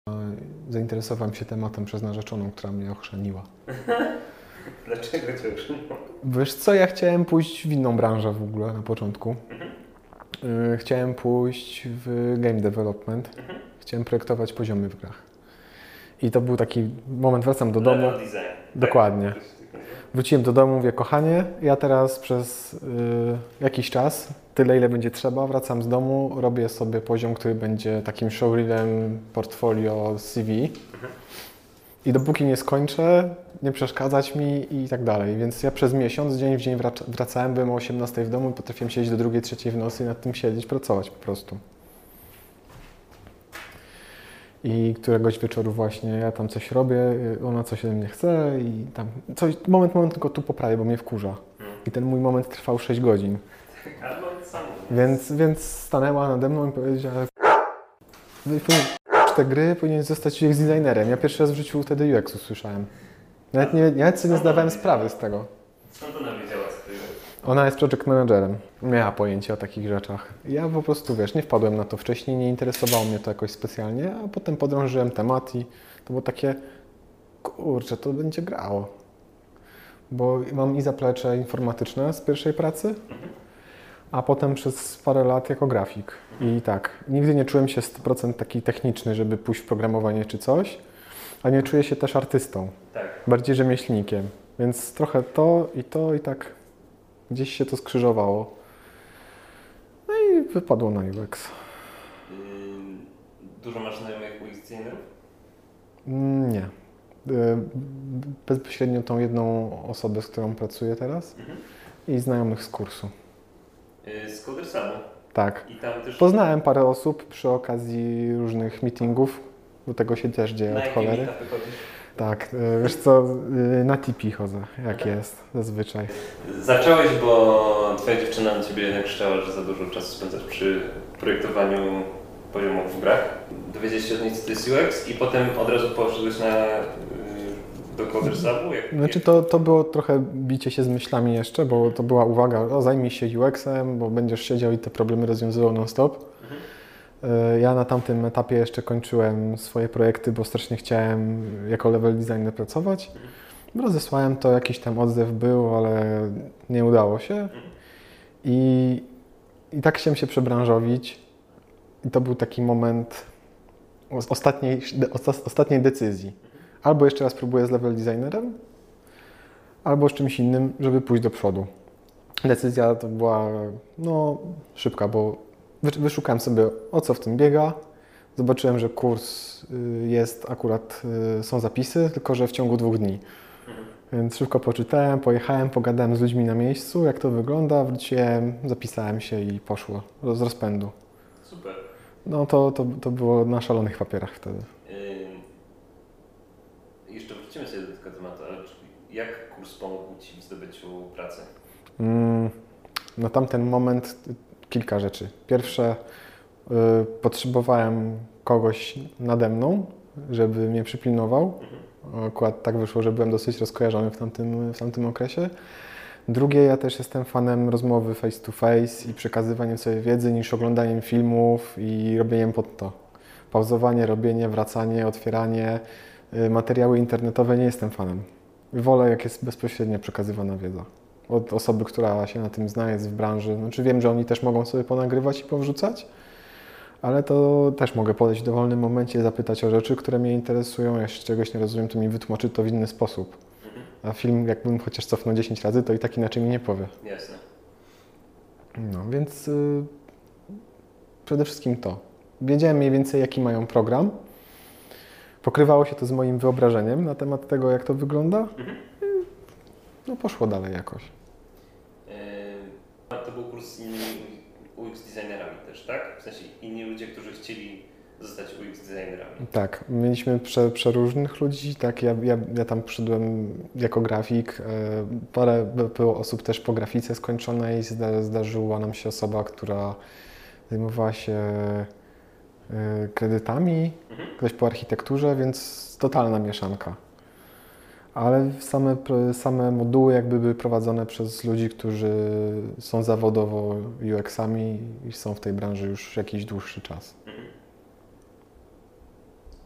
Zainteresowałem się tematem przez narzeczoną, która mnie ochrzaniła. Dlaczego cię ochrzaniła? Wiesz co, ja chciałem pójść w inną branżę w ogóle na początku. Chciałem pójść w game development. Chciałem projektować poziomy w grach. I to był taki moment, wracam do domu. Level design. Dokładnie. Tak? Wróciłem do domu, mówię, kochanie, ja teraz przez jakiś czas, tyle ile będzie trzeba, wracam z domu, robię sobie poziom, który będzie takim showreelem portfolio CV. I dopóki nie skończę, nie przeszkadzać mi i tak dalej. Więc ja przez miesiąc, dzień w dzień wracałem, byłem o 18 w domu i potrafiłem siedzieć do 2, 3 w nocy i nad tym siedzieć, pracować po prostu. I któregoś wieczoru właśnie ja tam coś robię, ona coś ode mnie chce i tam coś, moment tylko tu poprawię, bo mnie wkurza. I ten mój moment trwał 6 godzin. Ale moment sam. Więc stanęła nade mną i powiedziała, te gry powinien zostać UX designerem. Ja pierwszy raz w życiu wtedy UX usłyszałem. Nawet sobie nie zdawałem sprawy z tego. Skąd ona wiedziała, co to jest? Ona jest project managerem. Miała pojęcie o takich rzeczach. Ja po prostu, wiesz, nie wpadłem na to wcześniej, nie interesowało mnie to jakoś specjalnie, a potem podrążyłem temat i to było takie, kurczę, to będzie grało. Bo mam i zaplecze informatyczne z pierwszej pracy, a potem przez parę lat jako grafik. I tak, nigdy nie czułem się 100% taki techniczny, żeby pójść w programowanie czy coś, a nie czuję się też artystą, Tak. bardziej rzemieślnikiem. Więc trochę to i tak gdzieś się to skrzyżowało. No i wypadło na UX. Dużo masz znajomych UX designerów? Nie. Bezpośrednio tą jedną osobę, z którą pracuję teraz i znajomych z kursu. Z Codersamu. Tak. I tam też... Poznałem parę osób przy okazji różnych meetingów, bo tego się też dzieje od cholery. Na jakie meetupy chodzisz? Tak, wiesz co, na tipi chodzę, jak jest, zazwyczaj. Zacząłeś, bo twoja dziewczyna na ciebie jednak krzyczała, że za dużo czasu spędzasz przy projektowaniu poziomów w grach. Dowiedziałeś się od niej, co to jest UX i potem od razu poszedłeś do Codersamu? Znaczy to było trochę bicie się z myślami jeszcze, bo to była uwaga, zajmij się UX-em, bo będziesz siedział i te problemy rozwiązywał non-stop. Ja na tamtym etapie jeszcze kończyłem swoje projekty, bo strasznie chciałem jako level designer pracować. Rozesłałem to, jakiś tam odzew był, ale nie udało się. I tak chciałem się przebranżowić. I to był taki moment ostatniej decyzji. Albo jeszcze raz próbuję z level designerem, albo z czymś innym, żeby pójść do przodu. Decyzja to była szybka, bo wyszukałem sobie, o co w tym biega. Zobaczyłem, że kurs jest akurat, są zapisy, tylko że w ciągu 2 dni. Więc szybko poczytałem, pojechałem, pogadałem z ludźmi na miejscu, jak to wygląda, wróciłem, zapisałem się i poszło z rozpędu. Super. No to było na szalonych papierach wtedy. Jeszcze wrócimy sobie do tego tematu, ale jak kurs pomógł Ci w zdobyciu pracy? Na tamten moment kilka rzeczy. Pierwsze, potrzebowałem kogoś nade mną, żeby mnie przypilnował. Akurat tak wyszło, że byłem dosyć rozkojarzony w tamtym okresie. Drugie, ja też jestem fanem rozmowy face to face i przekazywaniem sobie wiedzy niż oglądaniem filmów i robieniem pod to. Pauzowanie, robienie, wracanie, otwieranie, materiały internetowe nie jestem fanem. Wolę, jak jest bezpośrednio przekazywana wiedza. Od osoby, która się na tym zna, jest w branży. Znaczy wiem, że oni też mogą sobie ponagrywać i powrzucać, ale to też mogę podejść w dowolnym momencie, zapytać o rzeczy, które mnie interesują. Jeśli czegoś nie rozumiem, to mi wytłumaczy to w inny sposób. A film, jakbym chociaż cofnął 10 razy, to i tak inaczej mi nie powie. Jasne. No, więc przede wszystkim to. Wiedziałem mniej więcej, jaki mają program. Pokrywało się to z moim wyobrażeniem na temat tego, jak to wygląda. No, poszło dalej jakoś. To był kurs z innymi UX designerami też, tak? W sensie inni ludzie, którzy chcieli zostać UX designerami. Tak, mieliśmy przeróżnych ludzi. Tak, ja tam przyszedłem jako grafik. Parę było osób też po grafice skończonej. Zdarzyła nam się osoba, która zajmowała się kredytami, ktoś po architekturze, więc totalna mieszanka. Ale same moduły jakby były prowadzone przez ludzi, którzy są zawodowo UX-ami i są w tej branży już jakiś dłuższy czas.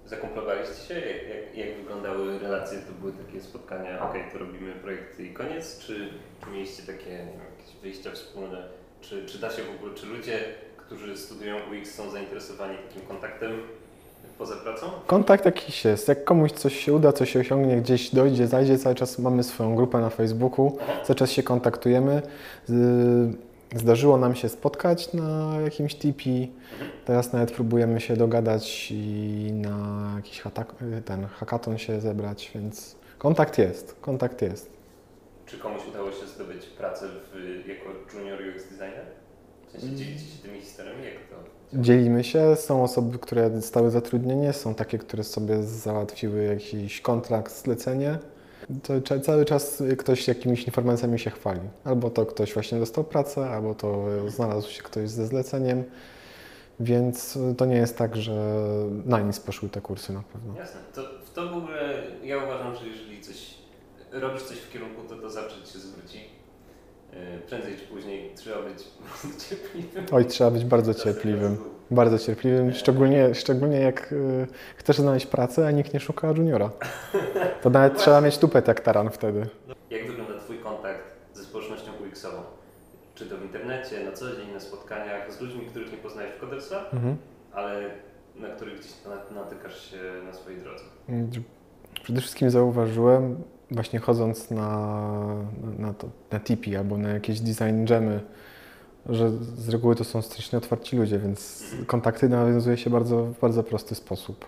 zakumplowaliście się? Jak wyglądały relacje? To były takie spotkania, okej, to robimy projekty i koniec? Czy mieliście takie, nie wiem, jakieś wyjścia wspólne? Czy da się w ogóle, czy ludzie, którzy studiują UX są zainteresowani takim kontaktem poza pracą? Kontakt jakiś jest. Jak komuś coś się uda, coś się osiągnie, gdzieś dojdzie, zajdzie, cały czas mamy swoją grupę na Facebooku, cały czas się kontaktujemy. Zdarzyło nam się spotkać na jakimś tipi. Teraz nawet próbujemy się dogadać i na jakiś hackathon się zebrać, więc kontakt jest, kontakt jest. Czy komuś udało się zdobyć pracę jako junior UX designer? W sensie dzielicie się tymi historiami? Jak to działa? Dzielimy się, są osoby, które dostały zatrudnienie, są takie, które sobie załatwiły jakiś kontrakt, zlecenie. To cały czas ktoś jakimiś informacjami się chwali. Albo to ktoś właśnie dostał pracę, albo to znalazł się ktoś ze zleceniem. Więc to nie jest tak, że na nic poszły te kursy na pewno. Jasne. To w ogóle ja uważam, że jeżeli robisz coś w kierunku, to zawsze ci się zwróci. Prędzej czy później trzeba być cierpliwym. Oj, trzeba być bardzo cierpliwym. Bardzo cierpliwym, szczególnie jak chcesz znaleźć pracę, a nikt nie szuka juniora. To nawet trzeba mieć tupet jak taran wtedy. Jak wygląda Twój kontakt ze społecznością UX-ową? Czy to w internecie, na co dzień, na spotkaniach z ludźmi, których nie poznajesz w Codersa, ale na których gdzieś natykasz się na swojej drodze? Przede wszystkim zauważyłem, właśnie chodząc na tipi albo na jakieś design jammy, że z reguły to są strasznie otwarci ludzie, więc kontakty nawiązuje się w bardzo prosty sposób.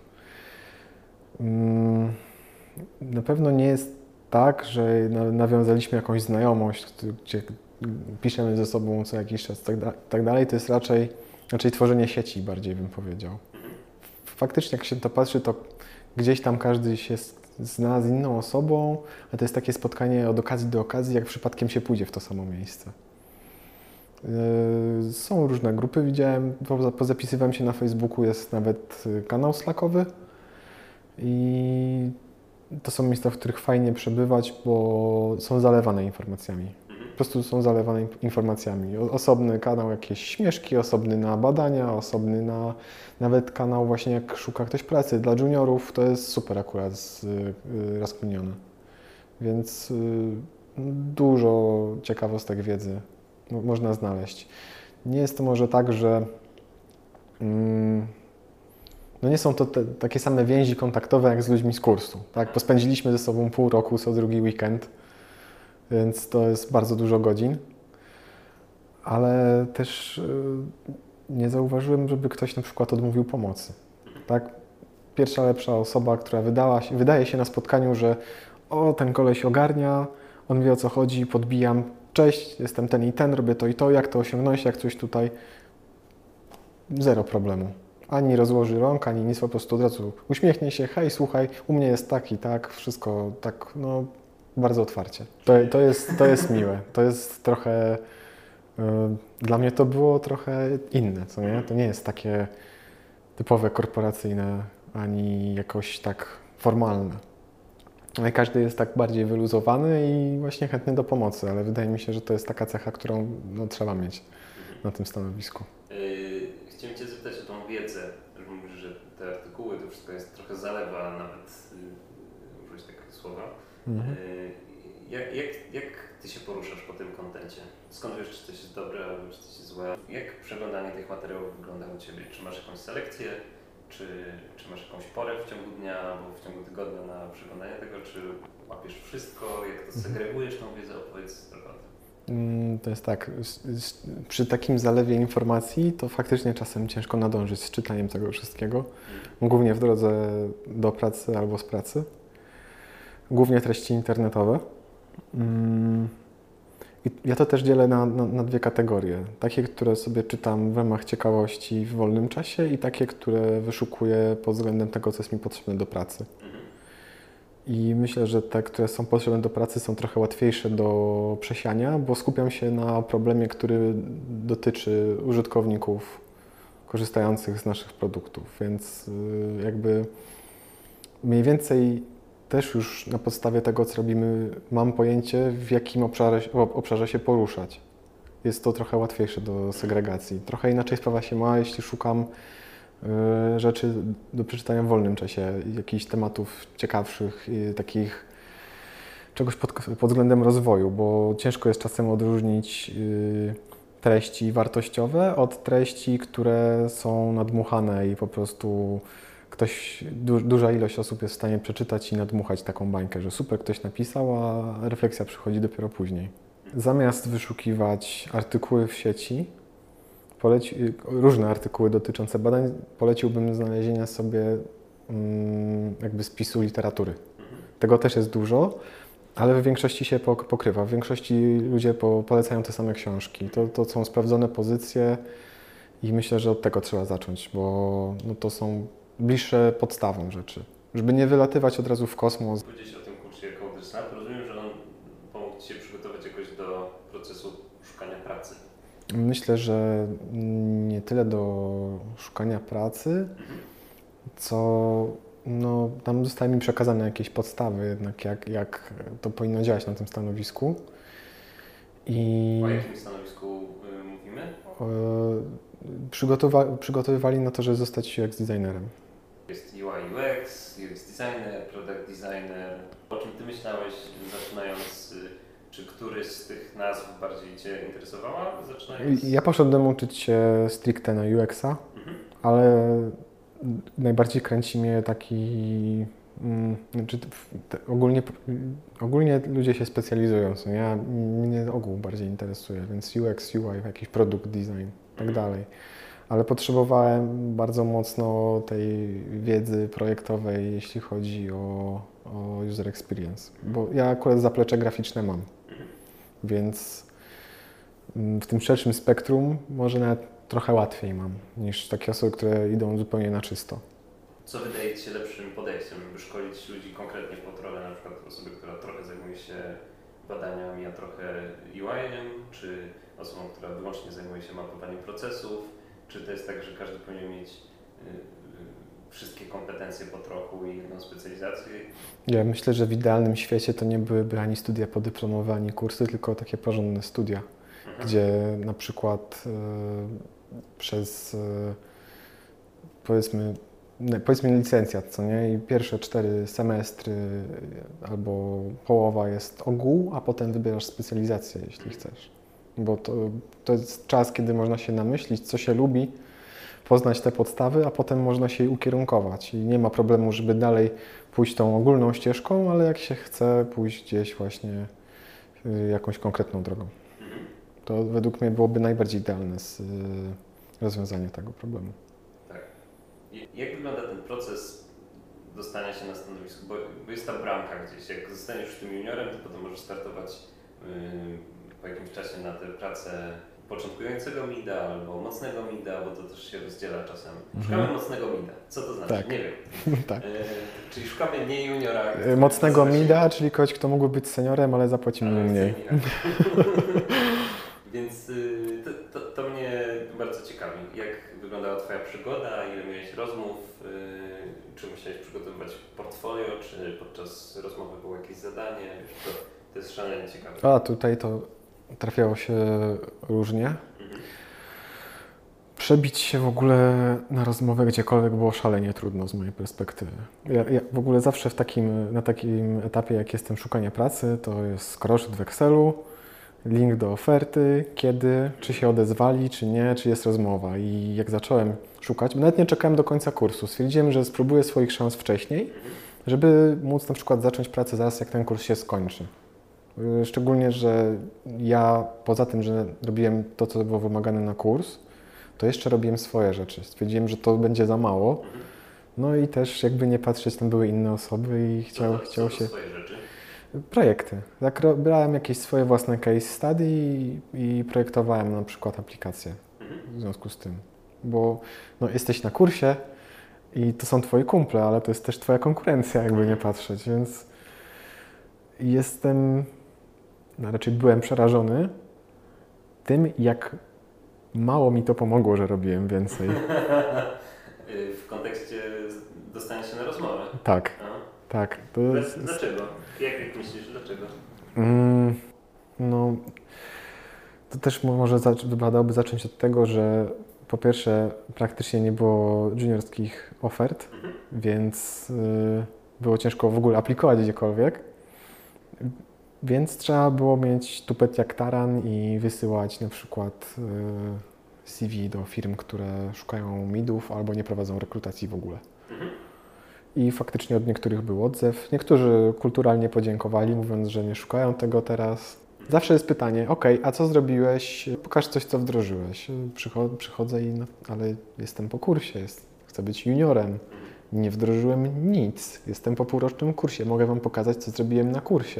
Na pewno nie jest tak, że nawiązaliśmy jakąś znajomość, gdzie piszemy ze sobą co jakiś czas i tak dalej. To jest raczej tworzenie sieci, bardziej bym powiedział. Faktycznie jak się to patrzy, to gdzieś tam każdy się zna z inną osobą, a to jest takie spotkanie od okazji do okazji, jak przypadkiem się pójdzie w to samo miejsce. Są różne grupy, widziałem, pozapisywałem się na Facebooku, jest nawet kanał slackowy i to są miejsca, w których fajnie przebywać, bo są zalewane informacjami. Po prostu są zalewane informacjami. Osobny kanał, jakieś śmieszki, osobny na badania, osobny na nawet kanał właśnie jak szuka ktoś pracy. Dla juniorów to jest super akurat rozkminione. Więc dużo ciekawostek wiedzy można znaleźć. Nie jest to może tak, że no nie są to takie same więzi kontaktowe jak z ludźmi z kursu. Tak? Pospędziliśmy ze sobą pół roku co drugi weekend, więc to jest bardzo dużo godzin. Ale też nie zauważyłem, żeby ktoś na przykład odmówił pomocy. Tak? Pierwsza lepsza osoba, która wydaje się na spotkaniu, że ten koleś ogarnia, on wie o co chodzi, podbijam, cześć, jestem ten i ten, robię to i to, jak to osiągnąć, jak coś tutaj. Zero problemu. Ani rozłoży rąk, ani nic, po prostu od razu uśmiechnie się, hej, słuchaj, u mnie jest tak i tak, wszystko tak, no, bardzo otwarcie. To jest miłe, to jest trochę, dla mnie to było trochę inne, co nie? To nie jest takie typowe korporacyjne, ani jakoś tak formalne. Ale każdy jest tak bardziej wyluzowany i właśnie chętny do pomocy, ale wydaje mi się, że to jest taka cecha, którą trzeba mieć na tym stanowisku. Chciałem Cię zapytać o tą wiedzę, że mówisz, że te artykuły, to wszystko jest trochę zalewa, nawet użyć takiego słowa. Jak Ty się poruszasz po tym kontencie? Skąd wiesz, czy coś jest dobre, albo czy coś jest złe? Jak przeglądanie tych materiałów wygląda u Ciebie? Czy masz jakąś selekcję? Czy masz jakąś porę w ciągu dnia albo w ciągu tygodnia na przeglądanie tego? Czy łapiesz wszystko? Jak to segregujesz tą wiedzę? Opowiedz trochę o tym. To jest tak, przy takim zalewie informacji to faktycznie czasem ciężko nadążyć z czytaniem tego wszystkiego, głównie w drodze do pracy albo z pracy, głównie treści internetowe. I ja to też dzielę na dwie kategorie, takie, które sobie czytam w ramach ciekawości w wolnym czasie i takie, które wyszukuję pod względem tego, co jest mi potrzebne do pracy. I myślę, że te, które są potrzebne do pracy, są trochę łatwiejsze do przesiania, bo skupiam się na problemie, który dotyczy użytkowników korzystających z naszych produktów. Więc jakby mniej więcej też już na podstawie tego, co robimy, mam pojęcie, w jakim obszarze się poruszać. Jest to trochę łatwiejsze do segregacji. Trochę inaczej sprawa się ma, jeśli szukam rzeczy do przeczytania w wolnym czasie, jakichś tematów ciekawszych, takich czegoś pod względem rozwoju, bo ciężko jest czasem odróżnić treści wartościowe od treści, które są nadmuchane i po prostu duża ilość osób jest w stanie przeczytać i nadmuchać taką bańkę, że super ktoś napisał, a refleksja przychodzi dopiero później. Zamiast wyszukiwać artykuły w sieci, różne artykuły dotyczące badań, poleciłbym znalezienia sobie jakby spisu literatury. Tego też jest dużo, ale w większości się pokrywa. W większości ludzie polecają te same książki. To są sprawdzone pozycje i myślę, że od tego trzeba zacząć, bo no to są bliższe podstawom rzeczy. Żeby nie wylatywać od razu w kosmos. Powiedzieć o tym kursie Code Snap. Rozumiem, że on pomógł Ci się przygotować jakoś do procesu szukania pracy. Myślę, że nie tyle do szukania pracy, co no, tam zostały mi przekazane jakieś podstawy jednak, jak to powinno działać na tym stanowisku. O jakim stanowisku mówimy? Przygotowywali na to, żeby zostać UX designerem. Jest UI, UX, UX designer, product designer. O czym Ty myślałeś, zaczynając, czy któryś z tych nazw bardziej Cię interesowała? Ja poszedłem uczyć się stricte na UX-a, ale najbardziej kręci mnie taki... ogólnie ludzie się specjalizują, co nie? Mnie ogół bardziej interesuje, więc UX, UI, jakiś product design i tak dalej. Ale potrzebowałem bardzo mocno tej wiedzy projektowej, jeśli chodzi o user experience, bo ja akurat zaplecze graficzne mam, więc w tym szerszym spektrum może nawet trochę łatwiej mam niż takie osoby, które idą zupełnie na czysto. Co wydaje Ci się lepszym podejściem, żeby szkolić ludzi konkretnie pod rolę, na przykład osoby, która trochę zajmuje się badaniami, a trochę UI-em, czy osobą, która wyłącznie zajmuje się mapowaniem procesów? Czy to jest tak, że każdy powinien mieć wszystkie kompetencje po trochu i jedną specjalizację? Ja myślę, że w idealnym świecie to nie byłyby ani studia podyplomowe, ani kursy, tylko takie porządne studia, gdzie na przykład przez powiedzmy licencjat, co nie? I pierwsze 4 semestry albo połowa jest ogół, a potem wybierasz specjalizację, jeśli chcesz. Bo to jest czas, kiedy można się namyślić, co się lubi, poznać te podstawy, a potem można się ukierunkować. I nie ma problemu, żeby dalej pójść tą ogólną ścieżką, ale jak się chce pójść gdzieś właśnie jakąś konkretną drogą. To według mnie byłoby najbardziej idealne rozwiązanie tego problemu. Tak. Jak wygląda ten proces dostania się na stanowisku? Bo jest ta bramka gdzieś. Jak zostaniesz już tym juniorem, to potem możesz startować po jakimś czasie na tę pracę początkującego mida albo mocnego mida, bo to też się rozdziela czasem. Szukamy mocnego mida. Co to znaczy? Tak. Nie wiem. Tak. Czyli szukamy nie juniora. Mocnego mida, czyli kogoś, kto mógłby być seniorem, ale zapłacimy mniej. Więc to mnie bardzo ciekawi. Jak wyglądała Twoja przygoda? Ile miałeś rozmów? Czy musiałeś przygotowywać portfolio? Czy podczas rozmowy było jakieś zadanie? To jest szalenie ciekawe. A tutaj to trafiało się różnie. Przebić się w ogóle na rozmowę gdziekolwiek było szalenie trudno z mojej perspektywy. Ja w ogóle zawsze na takim etapie, jak jestem szukania pracy, to jest skroszyt w Excelu, link do oferty, kiedy, czy się odezwali, czy nie, czy jest rozmowa. I jak zacząłem szukać, nawet nie czekałem do końca kursu, stwierdziłem, że spróbuję swoich szans wcześniej, żeby móc na przykład zacząć pracę zaraz, jak ten kurs się skończy. Szczególnie, że ja poza tym, że robiłem to, co było wymagane na kurs, to jeszcze robiłem swoje rzeczy. Stwierdziłem, że to będzie za mało. No i też jakby nie patrzeć, tam były inne osoby i chciało się... swoje rzeczy? Projekty. Tak, brałem jakieś swoje własne case study i projektowałem na przykład aplikacje w związku z tym. Bo no, jesteś na kursie i to są twoi kumple, ale to jest też twoja konkurencja, jakby nie patrzeć, więc raczej byłem przerażony tym, jak mało mi to pomogło, że robiłem więcej. W kontekście dostania się na rozmowę? Tak. Tak. Dlaczego? Jak myślisz, dlaczego? No, to też może wypadałoby zacząć od tego, że po pierwsze praktycznie nie było juniorskich ofert, więc było ciężko w ogóle aplikować gdziekolwiek. Więc trzeba było mieć tupet jak taran i wysyłać na przykład CV do firm, które szukają midów albo nie prowadzą rekrutacji w ogóle. I faktycznie od niektórych był odzew. Niektórzy kulturalnie podziękowali, mówiąc, że nie szukają tego teraz. Zawsze jest pytanie, ok, a co zrobiłeś? Pokaż coś, co wdrożyłeś. Przychodzę i, no, ale jestem po kursie, chcę być juniorem. Nie wdrożyłem nic. Jestem po półrocznym kursie. Mogę Wam pokazać, co zrobiłem na kursie.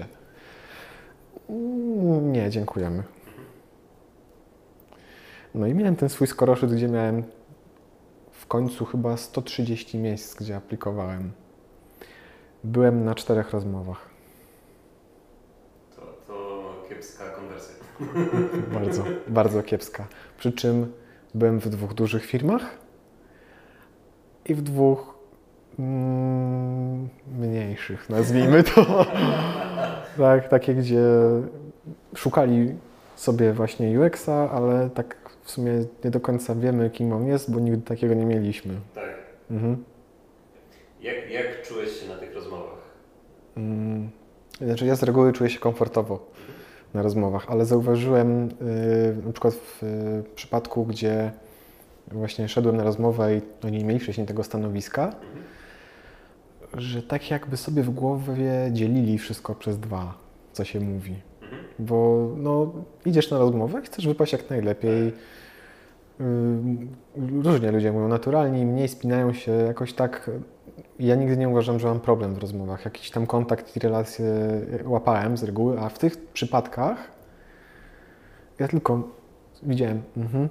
Nie, dziękujemy. No i miałem ten swój skoroszyt, gdzie miałem w końcu chyba 130 miejsc, gdzie aplikowałem. Byłem na 4 rozmowach. To kiepska konwersja. Bardzo, bardzo kiepska. Przy czym byłem w 2 dużych firmach i w 2 mniejszych, nazwijmy to. Tak, takie, gdzie szukali sobie właśnie UX-a, ale tak w sumie nie do końca wiemy, kim on jest, bo nigdy takiego nie mieliśmy. Tak. Mhm. Jak czułeś się na tych rozmowach? Znaczy ja z reguły czuję się komfortowo na rozmowach, ale zauważyłem na przykład w przypadku, gdzie właśnie szedłem na rozmowę i oni nie mieli wcześniej tego stanowiska, że tak jakby sobie w głowie dzielili wszystko przez 2, co się mówi. Bo no, idziesz na rozmowę, chcesz wypaść jak najlepiej. Różnie ludzie mówią, naturalni, mniej spinają się jakoś tak. Ja nigdy nie uważam, że mam problem w rozmowach. Jakiś tam kontakt i relacje łapałem z reguły, a w tych przypadkach ja tylko widziałem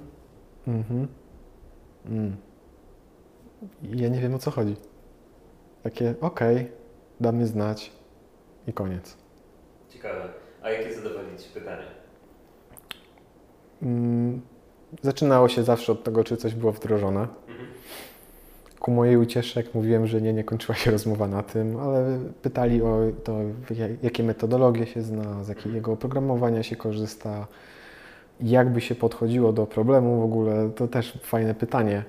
i ja nie wiem, o co chodzi. Takie okej, damy znać i koniec. Ciekawe. A jakie zadawali Ci pytania? Zaczynało się zawsze od tego, czy coś było wdrożone. Ku mojej uciesze, jak mówiłem, że nie kończyła się rozmowa na tym, ale pytali o to, jakie metodologie się zna, z jakiego oprogramowania się korzysta, jak by się podchodziło do problemu w ogóle. To też fajne pytanie,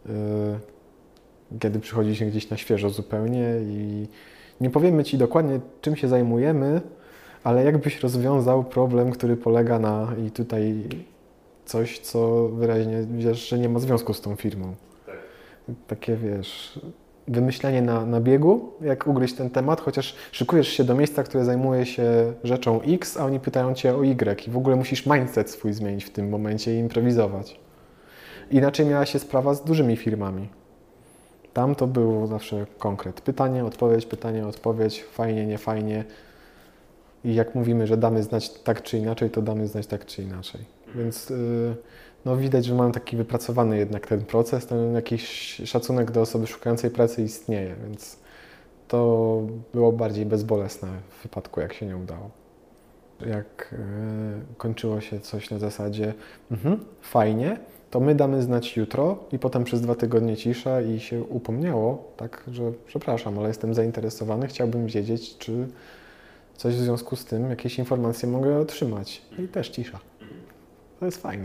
kiedy przychodzi się gdzieś na świeżo zupełnie i nie powiemy Ci dokładnie, czym się zajmujemy, ale jakbyś rozwiązał problem, który polega na i tutaj coś, co wyraźnie wiesz, że nie ma związku z tą firmą. Tak. Takie wiesz, wymyślanie na biegu, jak ugryźć ten temat, chociaż szykujesz się do miejsca, które zajmuje się rzeczą X, a oni pytają Cię o Y i w ogóle musisz mindset swój zmienić w tym momencie i improwizować. Inaczej miała się sprawa z dużymi firmami. Tam to było zawsze konkret. Pytanie, odpowiedź, fajnie, nie fajnie. I jak mówimy, że damy znać tak czy inaczej, to damy znać tak czy inaczej. Więc no widać, że mam taki wypracowany jednak ten proces, ten jakiś szacunek do osoby szukającej pracy istnieje, więc to było bardziej bezbolesne w wypadku, jak się nie udało. Jak kończyło się coś na zasadzie fajnie, to my damy znać jutro i potem przez 2 tygodnie cisza i się upomniało, tak, że przepraszam, ale jestem zainteresowany, chciałbym wiedzieć, czy coś w związku z tym, jakieś informacje mogę otrzymać. I też cisza. To jest fajne.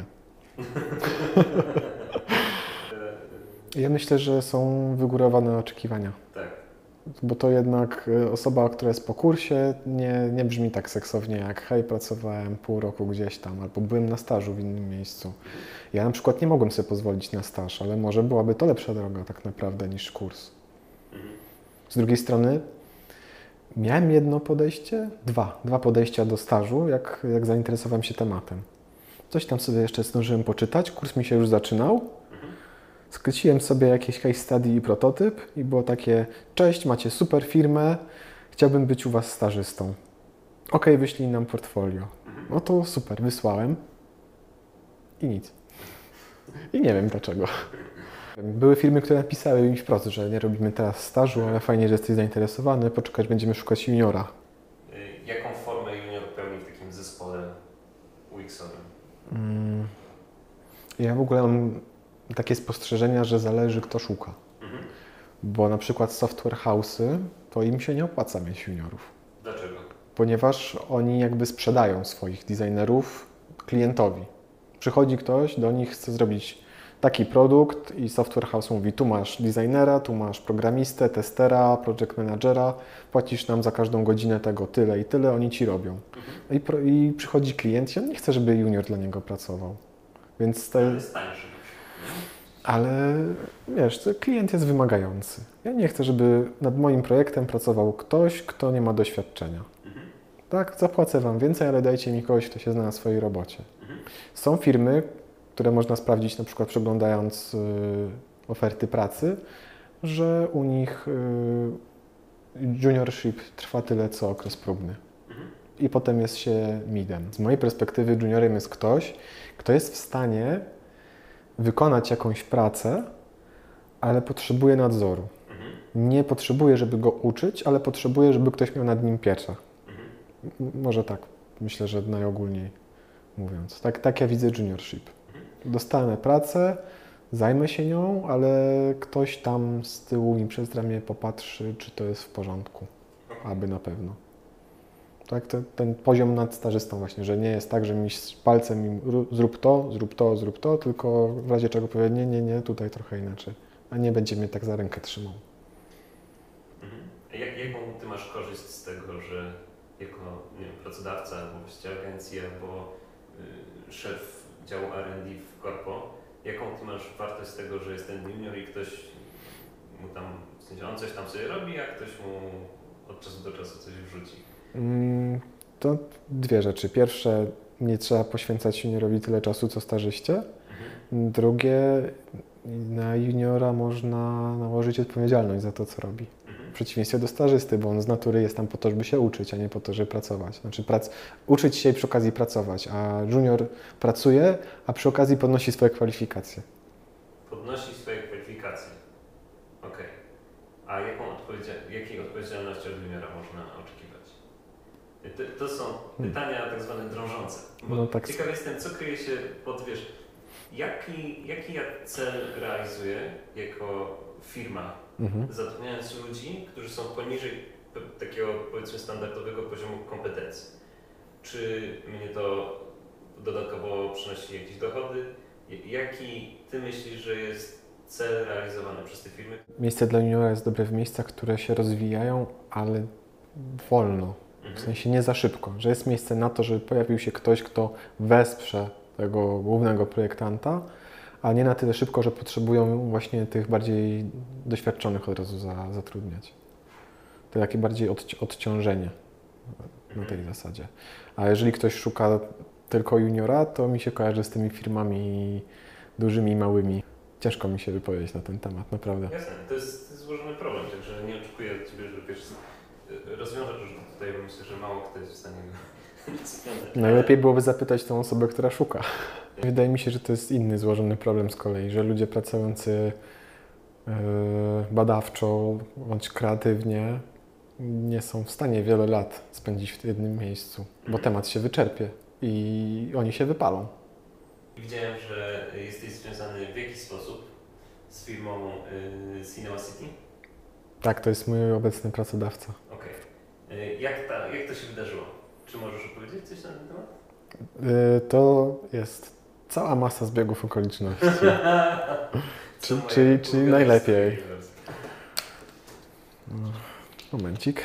Ja myślę, że są wygórowane oczekiwania. Tak. Bo to jednak osoba, która jest po kursie, nie brzmi tak seksownie jak hej, pracowałem pół roku gdzieś tam, albo byłem na stażu w innym miejscu. Ja na przykład nie mogłem sobie pozwolić na staż, ale może byłaby to lepsza droga tak naprawdę niż kurs. Z drugiej strony miałem jedno podejście, dwa podejścia do stażu, jak zainteresowałem się tematem. Coś tam sobie jeszcze zdążyłem poczytać, kurs mi się już zaczynał. Skryciłem sobie jakieś case study i prototyp i było takie: cześć, macie super firmę, chciałbym być u Was stażystą. Okej, wyślij nam portfolio. No to super, wysłałem i nic. I nie wiem dlaczego. Były firmy, które napisały mi wprost, że nie robimy teraz stażu, ale fajnie, że jesteś zainteresowany, poczekać, będziemy szukać juniora. Jaką formę junior pełni w takim zespole UX-owym? Ja w ogóle mam takie spostrzeżenia, że zależy kto szuka. Bo na przykład software house'y, to im się nie opłaca mieć juniorów. Dlaczego? Ponieważ oni jakby sprzedają swoich designerów klientowi. Przychodzi ktoś, do nich chce zrobić taki produkt i software house mówi, tu masz designera, tu masz programistę, testera, project managera, płacisz nam za każdą godzinę tego tyle i tyle, oni ci robią. I przychodzi klient i on nie chce, żeby junior dla niego pracował. Więc To jest tańsze. ale wiesz, klient jest wymagający. Ja nie chcę, żeby nad moim projektem pracował ktoś, kto nie ma doświadczenia. Tak, zapłacę Wam więcej, ale dajcie mi kogoś, kto się zna na swojej robocie. Są firmy, które można sprawdzić na przykład przeglądając oferty pracy, że u nich juniorship trwa tyle, co okres próbny. I potem jest się midem. Z mojej perspektywy juniorem jest ktoś, kto jest w stanie wykonać jakąś pracę, ale potrzebuje nadzoru. Nie potrzebuje, żeby go uczyć, ale potrzebuje, żeby ktoś miał nad nim pieczę. Może tak, myślę, że najogólniej mówiąc. Tak ja widzę juniorship. Dostanę pracę, zajmę się nią, ale ktoś tam z tyłu mi przez ramię popatrzy, czy to jest w porządku. Aby na pewno. Tak, ten poziom nad stażystą właśnie, że nie jest tak, że mi z palcem zrób to, tylko w razie czego powie nie, tutaj trochę inaczej. A nie będzie mnie tak za rękę trzymał. Jaką Ty masz korzyść z tego, że jako pracodawca, albo właściciel agencji, albo szef działu R&D w korpo, jaką Ty masz wartość z tego, że jest ten junior i ktoś mu tam, w sensie on coś tam sobie robi, a ktoś mu od czasu do czasu coś wrzuci? To dwie rzeczy. Pierwsze, nie trzeba poświęcać juniorowi tyle czasu, co stażyście. Drugie, na juniora można nałożyć odpowiedzialność za to, co robi. W przeciwieństwie do stażysty, bo on z natury jest tam po to, żeby się uczyć, a nie po to, żeby pracować. Znaczy uczyć się i przy okazji pracować, a junior pracuje, a przy okazji podnosi swoje kwalifikacje. Podnosi swoje kwalifikacje. Okej. A jakiej odpowiedzialności od juniora można oczekiwać? To są pytania tak zwane drążące. Bo tak. Ciekaw jestem, co kryje się pod, jaki ja cel realizuję jako firma, zatrudniając ludzi, którzy są poniżej takiego, powiedzmy, standardowego poziomu kompetencji. Czy mnie to dodatkowo przynosi jakieś dochody? Jaki Ty myślisz, że jest cel realizowany przez te firmy? Miejsce dla juniora jest dobre w miejscach, które się rozwijają, ale wolno. W sensie nie za szybko, że jest miejsce na to, żeby pojawił się ktoś, kto wesprze tego głównego projektanta, a nie na tyle szybko, że potrzebują właśnie tych bardziej doświadczonych od razu zatrudniać. To takie bardziej odciążenie na tej zasadzie. A jeżeli ktoś szuka tylko juniora, to mi się kojarzy z tymi firmami dużymi i małymi. Ciężko mi się wypowiedzieć na ten temat, naprawdę. Jasne, to jest złożony problem, także nie oczekuję od Ciebie, że rozwiążesz to tutaj, bo myślę, że mało kto jest w stanie rozwiązać. Najlepiej byłoby zapytać tą osobę, która szuka. Wydaje mi się, że to jest inny złożony problem z kolei, że ludzie pracujący badawczo bądź kreatywnie nie są w stanie wiele lat spędzić w jednym miejscu, bo temat się wyczerpie i oni się wypalą. Widziałem, że jesteś związany w jakiś sposób z firmą Cinema City? Tak, to jest mój obecny pracodawca. Okej. Jak to się wydarzyło? Czy możesz opowiedzieć coś na ten temat? To jest cała masa zbiegów okoliczności. czyli najlepiej. Momencik.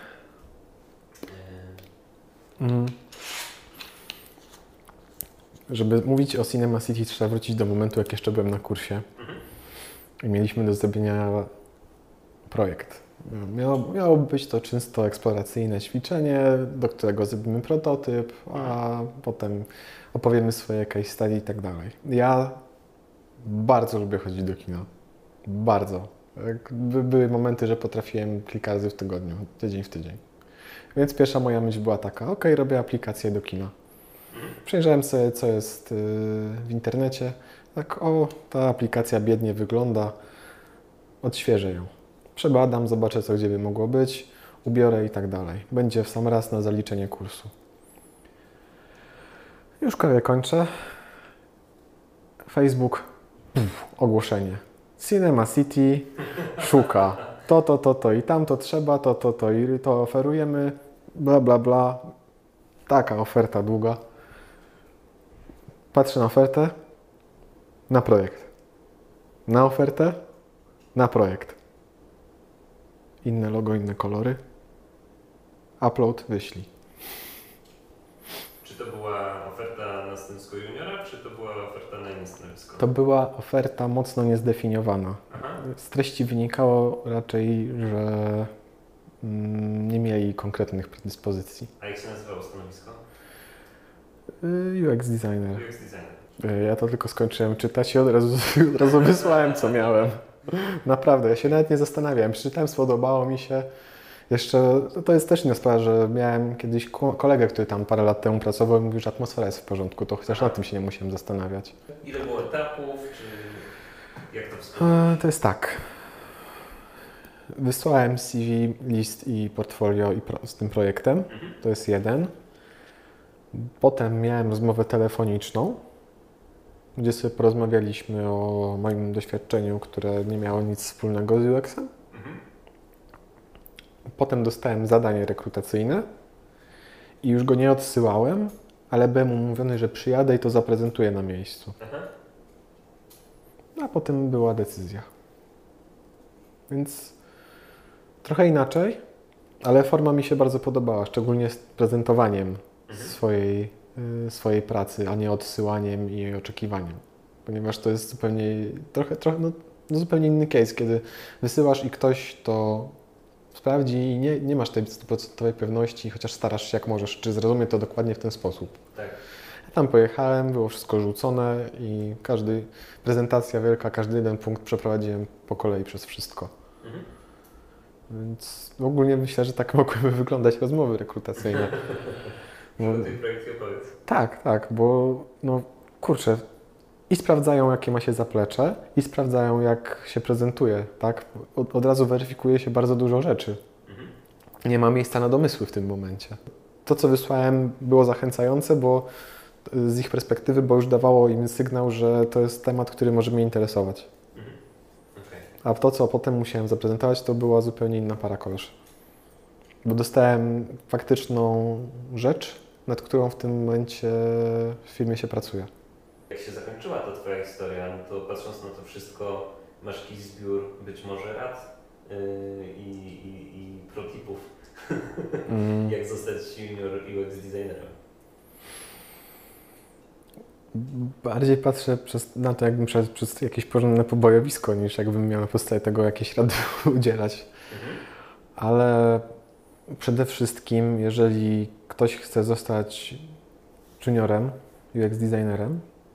Żeby mówić o Cinema City, trzeba wrócić do momentu, jak jeszcze byłem na kursie i mieliśmy do zrobienia projekt. Miało być to czysto eksploracyjne ćwiczenie, do którego zrobimy prototyp, a potem opowiemy swoje case study i tak dalej. Ja bardzo lubię chodzić do kina. Bardzo. Były momenty, że potrafiłem kilka razy w tygodniu, tydzień w tydzień. Więc pierwsza moja myśl była taka, robię aplikację do kina. Przejrzałem sobie, co jest w internecie. Tak, ta aplikacja biednie wygląda, odświeżę ją. Przebadam, zobaczę, co gdzie by mogło być, ubiorę i tak dalej. Będzie w sam raz na zaliczenie kursu. Już prawie kończę. Facebook, ogłoszenie. Cinema City szuka to i tamto trzeba, to i to oferujemy, bla, bla, bla. Taka oferta długa. Patrzę na ofertę, na projekt. Na ofertę, na projekt. Inne logo, inne kolory. Upload, wyślij. Czy to była oferta na stanowisko juniora, czy to była oferta na inne stanowisko? To była oferta mocno niezdefiniowana. Aha. Z treści wynikało raczej, że nie mieli konkretnych predyspozycji. A jak się nazywało stanowisko? UX designer. UX designer. Ja to tylko skończyłem czytać i od razu wysłałem, co miałem. Naprawdę, ja się nawet nie zastanawiałem. Przeczytałem, spodobało mi się. Jeszcze, to jest też inna sprawa, że miałem kiedyś kolegę, który tam parę lat temu pracował i mówił, że atmosfera jest w porządku, to chociaż nad tym się nie musiałem zastanawiać. Ile było etapów, czy jak to wspomnieć? To jest tak. Wysłałem CV, list i portfolio z tym projektem. To jest jeden. Potem miałem rozmowę telefoniczną, gdzie sobie porozmawialiśmy o moim doświadczeniu, które nie miało nic wspólnego z UX-em. Potem dostałem zadanie rekrutacyjne i już go nie odsyłałem, ale byłem umówiony, że przyjadę i to zaprezentuję na miejscu. A potem była decyzja. Więc trochę inaczej, ale forma mi się bardzo podobała, szczególnie z prezentowaniem swojej pracy, a nie odsyłaniem i jej oczekiwaniem. Ponieważ to jest zupełnie inny case, kiedy wysyłasz i ktoś to sprawdzi i nie masz tej 100% pewności, chociaż starasz się jak możesz, czy zrozumie to dokładnie w ten sposób. Tak. Ja tam pojechałem, było wszystko rzucone i prezentacja wielka, każdy jeden punkt przeprowadziłem po kolei przez wszystko. Więc ogólnie myślę, że tak mogłyby wyglądać rozmowy rekrutacyjne. O tej projekcie opowiedz. Tak, bo kurczę, i sprawdzają, jakie ma się zaplecze, i sprawdzają, jak się prezentuje, tak? Od razu weryfikuje się bardzo dużo rzeczy. Nie ma miejsca na domysły w tym momencie. To, co wysłałem, było zachęcające, bo z ich perspektywy, bo już dawało im sygnał, że to jest temat, który może mnie interesować. A to, co potem musiałem zaprezentować, to była zupełnie inna para kosz. Bo dostałem faktyczną rzecz, nad którą w tym momencie w firmie się pracuje. Jak się zakończyła ta Twoja historia, no to patrząc na to wszystko, masz jakiś zbiór być może rad i protipów, jak zostać junior UX designerem? Bardziej patrzę na to, jakbym szedł przez jakieś porządne pobojowisko, niż jakbym miał na podstawie tego jakieś rady udzielać. Ale przede wszystkim, jeżeli ktoś chce zostać juniorem, UX designerem,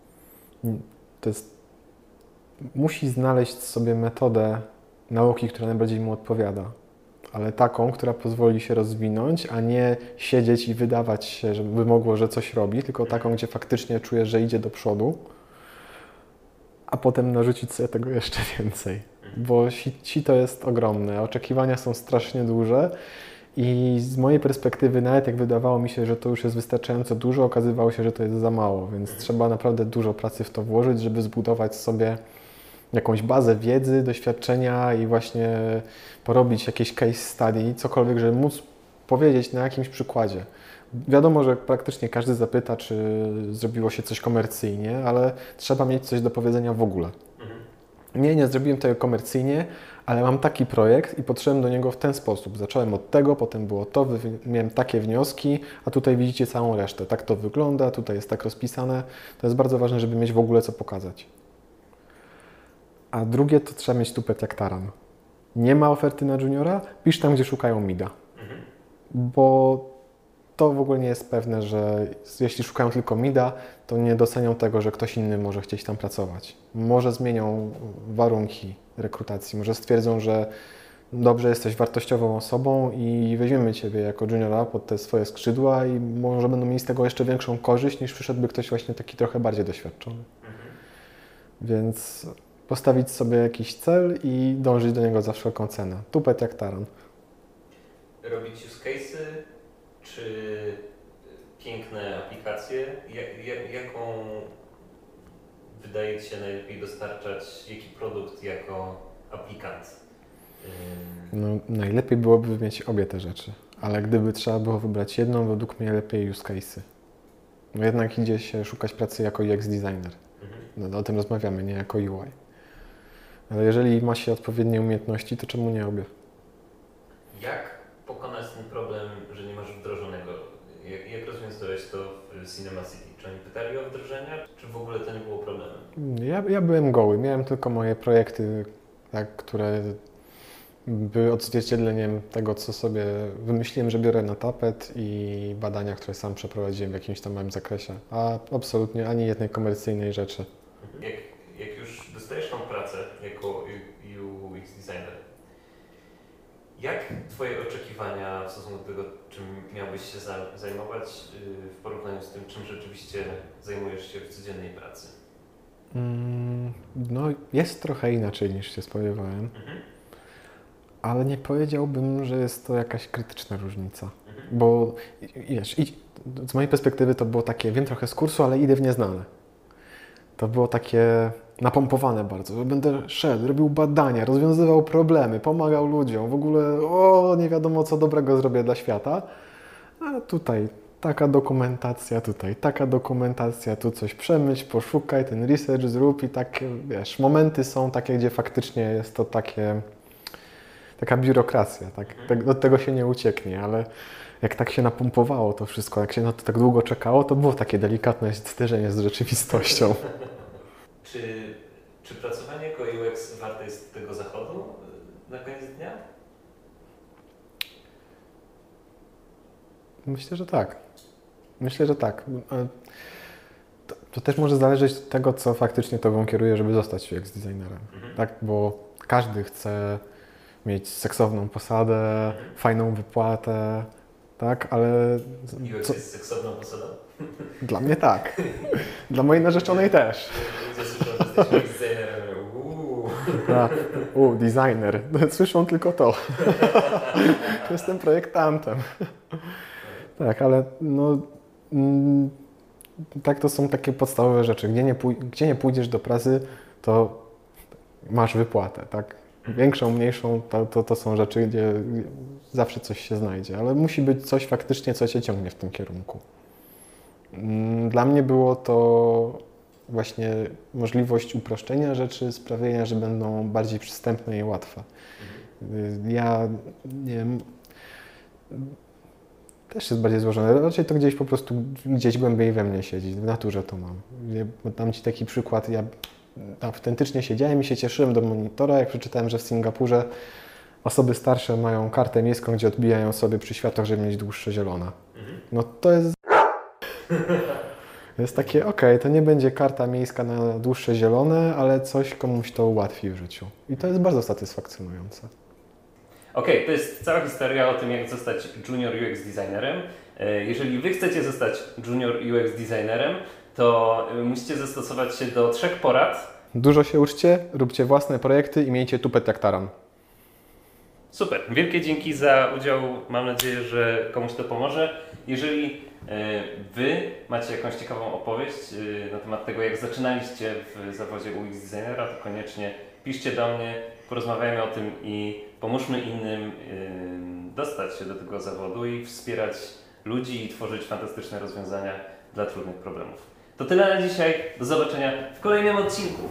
musi znaleźć sobie metodę nauki, która najbardziej mu odpowiada. Ale taką, która pozwoli się rozwinąć, a nie siedzieć i wydawać się, żeby mogło, że coś robi, tylko taką, gdzie faktycznie czuje, że idzie do przodu, a potem narzucić sobie tego jeszcze więcej. Bo to jest ogromne, oczekiwania są strasznie duże i z mojej perspektywy, nawet jak wydawało mi się, że to już jest wystarczająco dużo, okazywało się, że to jest za mało, więc trzeba naprawdę dużo pracy w to włożyć, żeby zbudować sobie jakąś bazę wiedzy, doświadczenia i właśnie porobić jakieś case study, cokolwiek, żeby móc powiedzieć na jakimś przykładzie. Wiadomo, że praktycznie każdy zapyta, czy zrobiło się coś komercyjnie, ale trzeba mieć coś do powiedzenia w ogóle. Nie zrobiłem tego komercyjnie, ale mam taki projekt i podszedłem do niego w ten sposób. Zacząłem od tego, potem było to, miałem takie wnioski, a tutaj widzicie całą resztę. Tak to wygląda, tutaj jest tak rozpisane. To jest bardzo ważne, żeby mieć w ogóle co pokazać. A drugie to trzeba mieć tupet jak taran. Nie ma oferty na juniora, pisz tam, gdzie szukają mida. Bo to w ogóle nie jest pewne, że jeśli szukają tylko mida, to nie docenią tego, że ktoś inny może chcieć tam pracować. Może zmienią warunki rekrutacji, może stwierdzą, że dobrze, jesteś wartościową osobą i weźmiemy Ciebie jako juniora pod te swoje skrzydła i może będą mieli z tego jeszcze większą korzyść, niż przyszedłby ktoś właśnie taki trochę bardziej doświadczony. Więc postawić sobie jakiś cel i dążyć do niego za wszelką cenę. Tupet jak taran. Robić use case'y, czy piękne aplikacje? Jaką wydaje Ci się najlepiej dostarczać, jaki produkt jako aplikant? No, najlepiej byłoby mieć obie te rzeczy, ale gdyby trzeba było wybrać jedną, według mnie lepiej use case'y. No jednak idzie się szukać pracy jako UX designer. No, o tym rozmawiamy, nie jako UI. Ale jeżeli ma się odpowiednie umiejętności, to czemu nie obie? Jak pokonać ten problem, że nie masz wdrożonego? Jak rozwiązałeś to w Cinema City? Czy oni pytali o wdrożenia, czy w ogóle to nie było problemem? Ja byłem goły, miałem tylko moje projekty, tak, które były odzwierciedleniem tego, co sobie wymyśliłem, że biorę na tapet i badania, które sam przeprowadziłem w jakimś tam małym zakresie, a absolutnie ani jednej komercyjnej rzeczy. Jak już dostajesz tą pracę jako UX designer, jak Twoje oczekiwania w stosunku do tego, czym miałbyś się zajmować w porównaniu z tym, czym rzeczywiście zajmujesz się w codziennej pracy? No, jest trochę inaczej niż się spodziewałem, ale nie powiedziałbym, że jest to jakaś krytyczna różnica, bo wiesz, z mojej perspektywy to było takie, wiem trochę z kursu, ale idę w nieznane. To było takie napompowane bardzo, że będę szedł, robił badania, rozwiązywał problemy, pomagał ludziom, w ogóle nie wiadomo co dobrego zrobię dla świata, a tutaj taka dokumentacja, tu coś przemyśl, poszukaj, ten research zrób i tak, wiesz, momenty są takie, gdzie faktycznie jest to taka biurokracja, tak, od tego się nie ucieknie, ale jak tak się napompowało to wszystko, jak się na to tak długo czekało, to było takie delikatne zderzenie z rzeczywistością. Czy pracowanie jako UX warte jest tego zachodu na koniec dnia? Myślę, że tak. To też może zależeć od tego, co faktycznie tobą kieruje, żeby zostać UX designerem. Tak? Bo każdy chce mieć seksowną posadę, fajną wypłatę, tak? Ale... UX jest seksowną posadą? Dla mnie tak. Dla mojej narzeczonej też. Ludzie słyszą, że jesteś UX designerem. Designer. Słyszą tylko to. Jestem projektantem. Tak, ale no... Tak, to są takie podstawowe rzeczy. Gdzie nie pójdziesz do pracy, to masz wypłatę, tak? Większą, mniejszą, to są rzeczy, gdzie zawsze coś się znajdzie, ale musi być coś faktycznie, co cię ciągnie w tym kierunku. Dla mnie było to właśnie możliwość uproszczenia rzeczy, sprawienia, że będą bardziej przystępne i łatwe. Ja nie wiem, też jest bardziej złożone. Raczej to gdzieś po prostu gdzieś głębiej we mnie siedzi. W naturze to mam. Dam Ci taki przykład. Ja autentycznie siedziałem i się cieszyłem do monitora, jak przeczytałem, że w Singapurze osoby starsze mają kartę miejską, gdzie odbijają sobie przy światłach, żeby mieć dłuższe zielone. No to jest... Jest takie, to nie będzie karta miejska na dłuższe zielone, ale coś komuś to ułatwi w życiu. I to jest bardzo satysfakcjonujące. To jest cała historia o tym, jak zostać junior UX designerem. Jeżeli Wy chcecie zostać junior UX designerem, to musicie zastosować się do 3 porad. Dużo się uczcie, róbcie własne projekty i miejcie tupet jak taran. Super, wielkie dzięki za udział. Mam nadzieję, że komuś to pomoże. Jeżeli Wy macie jakąś ciekawą opowieść na temat tego, jak zaczynaliście w zawodzie UX designera, to koniecznie piszcie do mnie, porozmawiajmy o tym i pomóżmy innym dostać się do tego zawodu i wspierać ludzi i tworzyć fantastyczne rozwiązania dla trudnych problemów. To tyle na dzisiaj. Do zobaczenia w kolejnym odcinku.